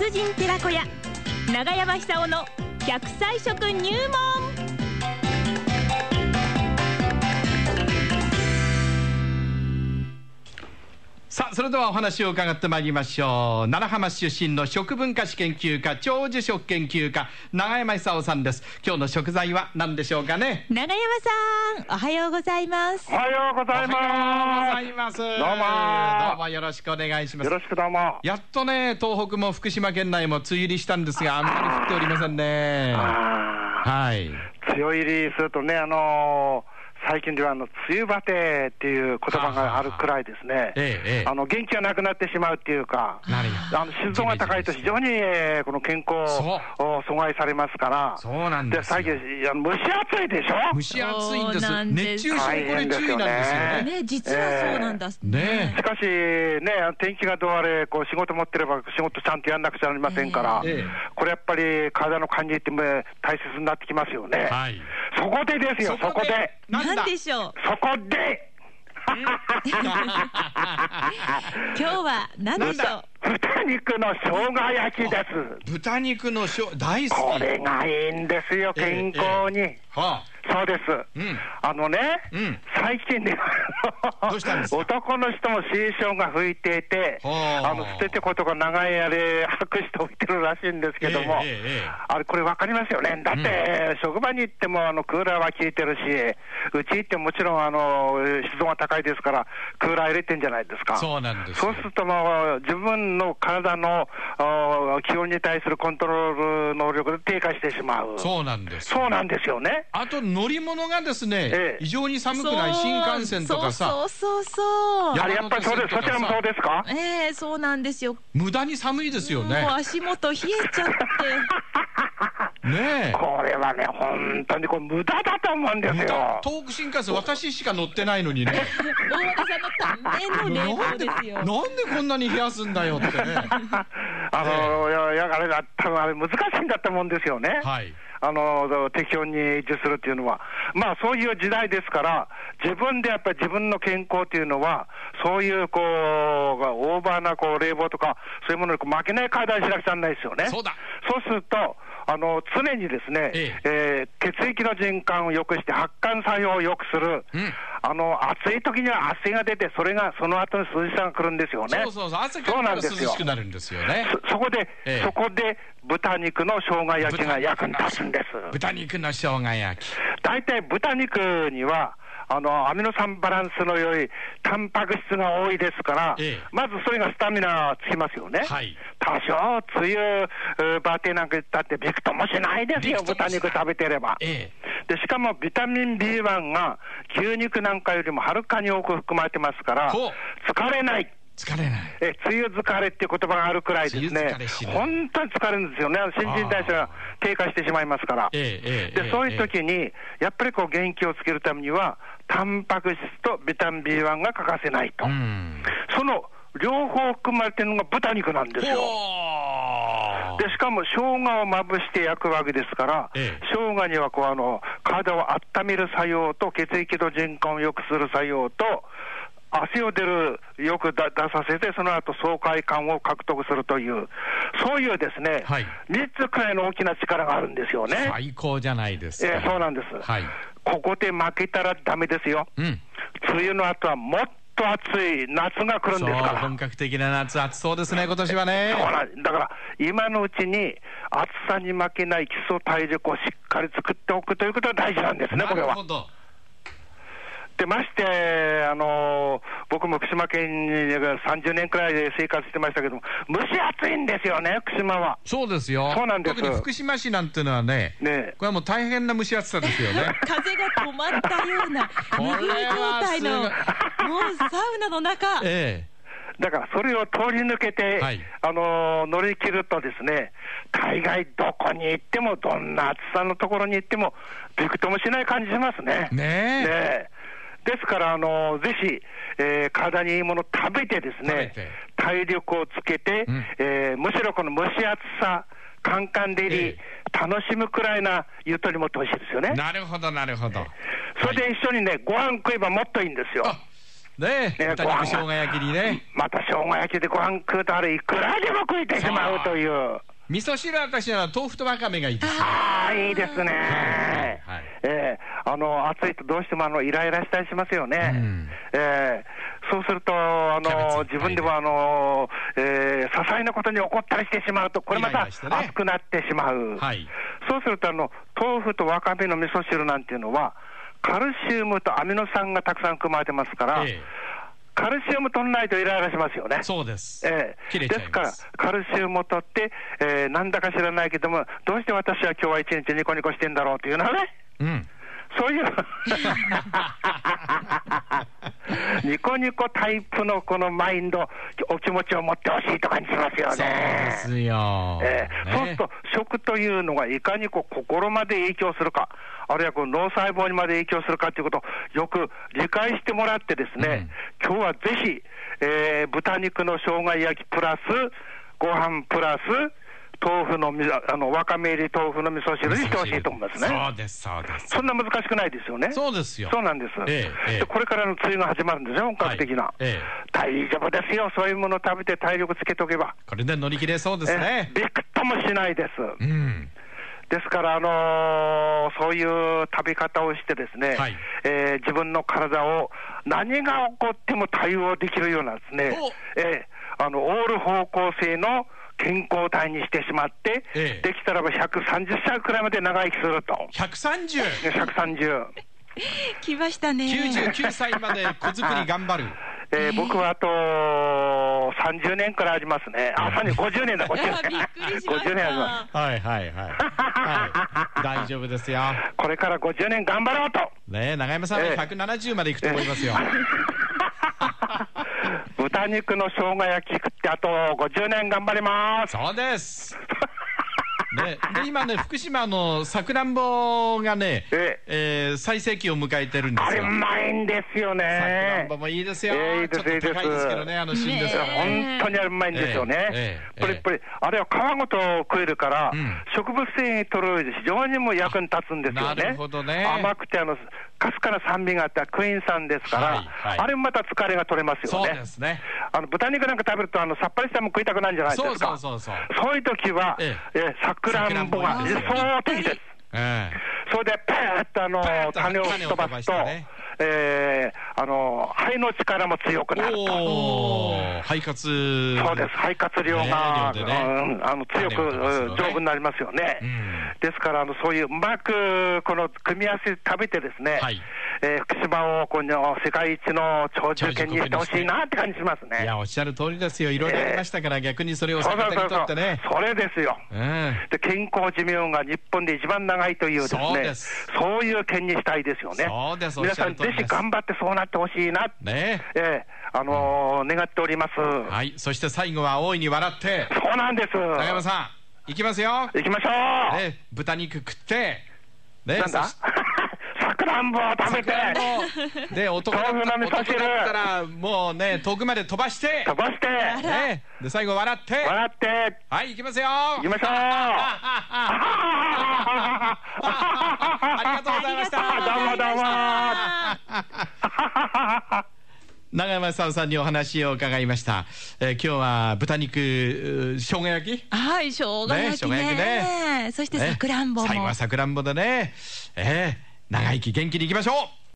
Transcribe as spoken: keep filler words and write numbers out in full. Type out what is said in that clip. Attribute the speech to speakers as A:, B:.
A: 達人寺子屋長山久夫の百歳食入門。
B: さあ、それではお話を伺ってまいりましょう。奈良浜市出身の食文化史研究家、長寿食研究家、長山久夫さんです。今日の食材は何でしょうかね。
A: 長山さん、おはようございます。
C: おはようございます。
B: おはようございます。どうもどうもよろしくお願いします。
C: よろしくどうも。
B: やっとね、東北も福島県内も梅雨入りしたんですが、あんまり降っておりませんね。はい。
C: 梅雨入りするとね、あのー最近ではあの梅雨バテっていう言葉があるくらいですね、
B: ええええ、あの
C: 元気がなくなってしまうっていうか、あの湿度が高いと非常に、えー、この健康を阻害されますから、
B: そうなんですよ。
C: で最近あの蒸し暑いでしょ。
B: 蒸し暑いんです。
A: です
B: 熱中症、これ注意なんですよね。
A: ね、実はそうなんだ、
B: えー、ね。
C: しかしね、天気がどうあれこう仕事持ってれば仕事ちゃんとやんなくちゃなりませんから、えー、これやっぱり体の管理って大切になってきますよね。はい、そこでですよ、そこで。
A: 何でしょう。
C: そこで
A: 今日は何でしょう。
C: 豚肉の生姜焼きです。
B: 豚肉の生姜大好き。
C: これがいいんですよ、健康に。ええええはあ、そうです、うん、あのね、うん、最近ねどうしたんですか。男の人も冷え性が吹いていて、あの捨ててことが長いあれ吐く人いてるらしいんですけども、ええええ、あれこれ分かりますよね。だって、うん、職場に行ってもあのクーラーは効いてるし、うち行ってももちろんあの湿度が高いですからクーラー入れてんじゃないですか。
B: そうなんです。
C: そうするともう自分の体の気温に対するコントロール能力で低下してしまう。
B: そうなんです。
C: そうなんですよね。
B: あと乗り物がですね、ええ、異常に寒くない新幹線とかさ、
A: そうそうそうそう、
C: あれやっぱりそうです。そちらもそうですか。
A: ええー、そうなんですよ。
B: 無駄に寒いですよね。
A: もう足元冷えちゃって
B: ねえ、
C: これはね本当にこれ無駄だと思うんですよ。
B: 東北新幹線私しか乗ってないのにね
A: 大和田さんのための冷房ですよ。
B: なんでこんなに冷やすんだよってね
C: あの、ね、やあれだ多分あれ難しいんだと思うんですよね。はい、あの適温に維持するっていうのは、まあそういう時代ですから、自分でやっぱり自分の健康っていうのはそういうこうオーバーなこう冷房とかそういうものに負けない体にしなくちゃならないですよね。
B: そうだ。
C: そうするとあの常にですね、えええー、血液の循環を良くして発汗作用を良くする、うん、あの暑い時には汗が出て、それがその後に涼しさが来るんですよね。
B: そうそうそう、汗かいたら涼しくなるんですよね。
C: そ, そこで、ええ、そこで豚肉の生姜焼きが役に立つんです。
B: 豚肉の生姜焼き、
C: 大体豚肉にはあのアミノ酸バランスの良いタンパク質が多いですから、ええ、まずそれがスタミナつきますよね。はい、多少梅雨バテなんかだってびくともしないですよ、豚肉食べてれば。ええ、でしかもビタミン ビーワン が牛肉なんかよりもはるかに多く含まれてますから、疲れない。
B: 疲れない。
C: え梅雨疲れっていう言葉があるくらいですね、本当に疲れるんですよね。新陳代謝が低下してしまいますから、ええええ、でそういう時に、ええ、やっぱりこう元気をつけるためにはタンパク質とビタミン ビーワン が欠かせないと、うん、その両方含まれてるのが豚肉なんですよ。でしかも生姜をまぶして焼くわけですから、ええ、生姜にはこうあの体を温める作用と血液の循環を良くする作用と汗を出るよく出させて、その後爽快感を獲得するという、そういうですね、はい、みっつくらいの大きな力があるんですよね。
B: 最高じゃないですか。
C: えー、そうなんです、はい、ここで負けたらダメですよ、うん、梅雨の後はもっと暑い夏が来るんですから。
B: 本格的な夏、暑そうですね今年はね。
C: そうなんだから、今のうちに暑さに負けない基礎体力をしっかり作っておくということが大事なんですね。これはなるほど。でまして、あのー、僕も福島県にさんじゅうねんくらいで生活してましたけども、蒸し暑いんですよね、福島は。
B: そうですよ。そうなんです。特に福島市なんていうのは ね, ねこれはもう大変な蒸し暑さですよね
A: 風が止まったような無風状態のもうサウナの中、ええ
C: だからそれを通り抜けて、はい、あのー、乗り切るとですね、大概どこに行ってもどんな暑さのところに行ってもびくともしない感じしますね。ねえ、ねえですから、あのぜひ、えー、体にいいものを食べてですね、体力をつけて、うん、えー、むしろこの蒸し暑さカンカン照り、えー、楽しむくらいなゆとりもってほしいですよね。
B: なるほどなるほど。
C: それで一緒にね、はい、ご飯食えばもっといいんですよ。
B: ねえ、豚肉生姜焼きにね、
C: ままた生姜焼きでご飯食うとあれいくらでも食えてしまうという。
B: 味噌汁は私は豆腐とわかめがいいですね。
C: ああ、いいですね。はいはい、えー、あの暑いとどうしてもあのイライラしたりしますよね。うん、えー、そうするとあの自分でもあの、えー、些細なことに怒ったりしてしまうと、これまた熱くなってしまう。はい、そうするとあの豆腐とわかめの味噌汁なんていうのはカルシウムとアミノ酸がたくさん含まれてますから、えーカルシウム取らないとイライラしますよね。
B: そうです。
C: えー、ですから、カルシウムを取って、えー、なんだか知らないけども、どうして私は今日は一日ニコニコしてんだろうというのはね。うん。そういうニコニコタイプのこのマインド、お気持ちを持ってほしいと感じますよね。
B: そうですよ、
C: えーね、そうすると食というのがいかにこう心まで影響するか、あるいはこう脳細胞にまで影響するかということをよく理解してもらってですね、うん、今日はぜひ、えー、豚肉の生姜焼きプラスご飯プラス豆腐のあのわかめ入り豆腐の味噌汁にしてほしいと思いますね。
B: そうですそうです。
C: そんな難しくないですよね。
B: そうですよ。
C: そうなんです。ええええ、でこれからの梅雨が始まるんですよ、本格的な、はいええ。大丈夫ですよ、そういうものを食べて体力つけておけば。
B: これで乗り切れそうですね。
C: びくともしないです。うん。ですから、あのー、そういう食べ方をしてですね、はい、えー、自分の体を何が起こっても対応できるようなですね、えー、あのオール方向性の健康体にしてしまって、ええ、できたらばひゃくさんじゅっさいくらいまで長生きすると。
B: ひゃくさんじゅう
C: ひゃくさんじゅう
A: 来ましたね。
B: きゅうじゅうきゅうさいまで子作り頑張る。
C: えー、僕はあとさんじゅうねんくらいありますね。あ、さんじゅう、ごじゅうねんだ、ごじゅうねん。
A: びっくりしました。
C: ごじゅうねんあります。
B: はいはいはい。はい、大丈夫ですよ。
C: これからごじゅうねん頑張ろうと。
B: ねえ、永山さんはひゃくななじゅうまでいくと思いますよ。えーえ
C: ー、豚肉の生姜焼き食ってあとごじゅうねん頑張ります。
B: そうです。ね、で今ね、福島のさくらんぼがね、えええー、最盛期を迎えてるんですよ。
C: あれうまいんですよね。
B: さくらんぼもいいですよ。えー、いいですちょっと高いですけどね、あの芯ですから、
C: ね、本当にうまいんですよね。えーえー、プリプリ、あれは皮ごと食えるから、うん、植物繊維取る非常にも役に立つんですよね。
B: なるほどね。
C: 甘くてあのかすかな酸味があってクイーン酸ですから、はいはい、あれもまた疲れが取れますよね。
B: そうですね。
C: あの豚肉なんか食べるとあのさっぱりしたもん食いたくなるんじゃないですか。
B: そうそうそうそう。
C: そういう時はさくらんぼが理想的です。えー、それでペーッとあの種を飛ばすと、ね、えー、あの肺の力も強くなると。
B: お肺活、
C: そうです、肺活量が、ねね、うん、あの強く、ね、丈夫になりますよね。うん、ですからあのそういううまくこの組み合わせ食べてですね、はい、えー、福島をこの世界一の長寿県にしてほしいなって感じしますね。
B: いや、おっしゃる通りですよ。いろいろありましたから、えー、逆にそれを逆手にとってね。
C: それですよ、うん、で健康寿命が日本で一番長いというですね、そうです、そういう県にしたいですよね。
B: そうです、
C: 皆さんぜひ頑張ってそうなってほしいな、ね、えー、あのーうん、願っております。
B: はい、そして最後は大いに笑って。
C: そうなんです。
B: 永山さん、いきますよ。
C: いきましょう。
B: ね、豚肉食って、ね、
C: なんださくらんぼを食べて、
B: で男だったらもうね、遠くまで飛ばして
C: 飛ばして、
B: ね、で最後笑って
C: 笑って、
B: はい、いきますよ。
C: いきましょう。
B: ありがとうございました。
C: どうもどうも。
B: 永山さんさんにお話を伺いました。えー、今日は豚肉生姜焼き、
A: はい、生姜焼き ね, ね, 生姜焼きね、そしてさくらんぼも、
B: 最後はさくらんぼでね、えー、長生き元気にいきましょう。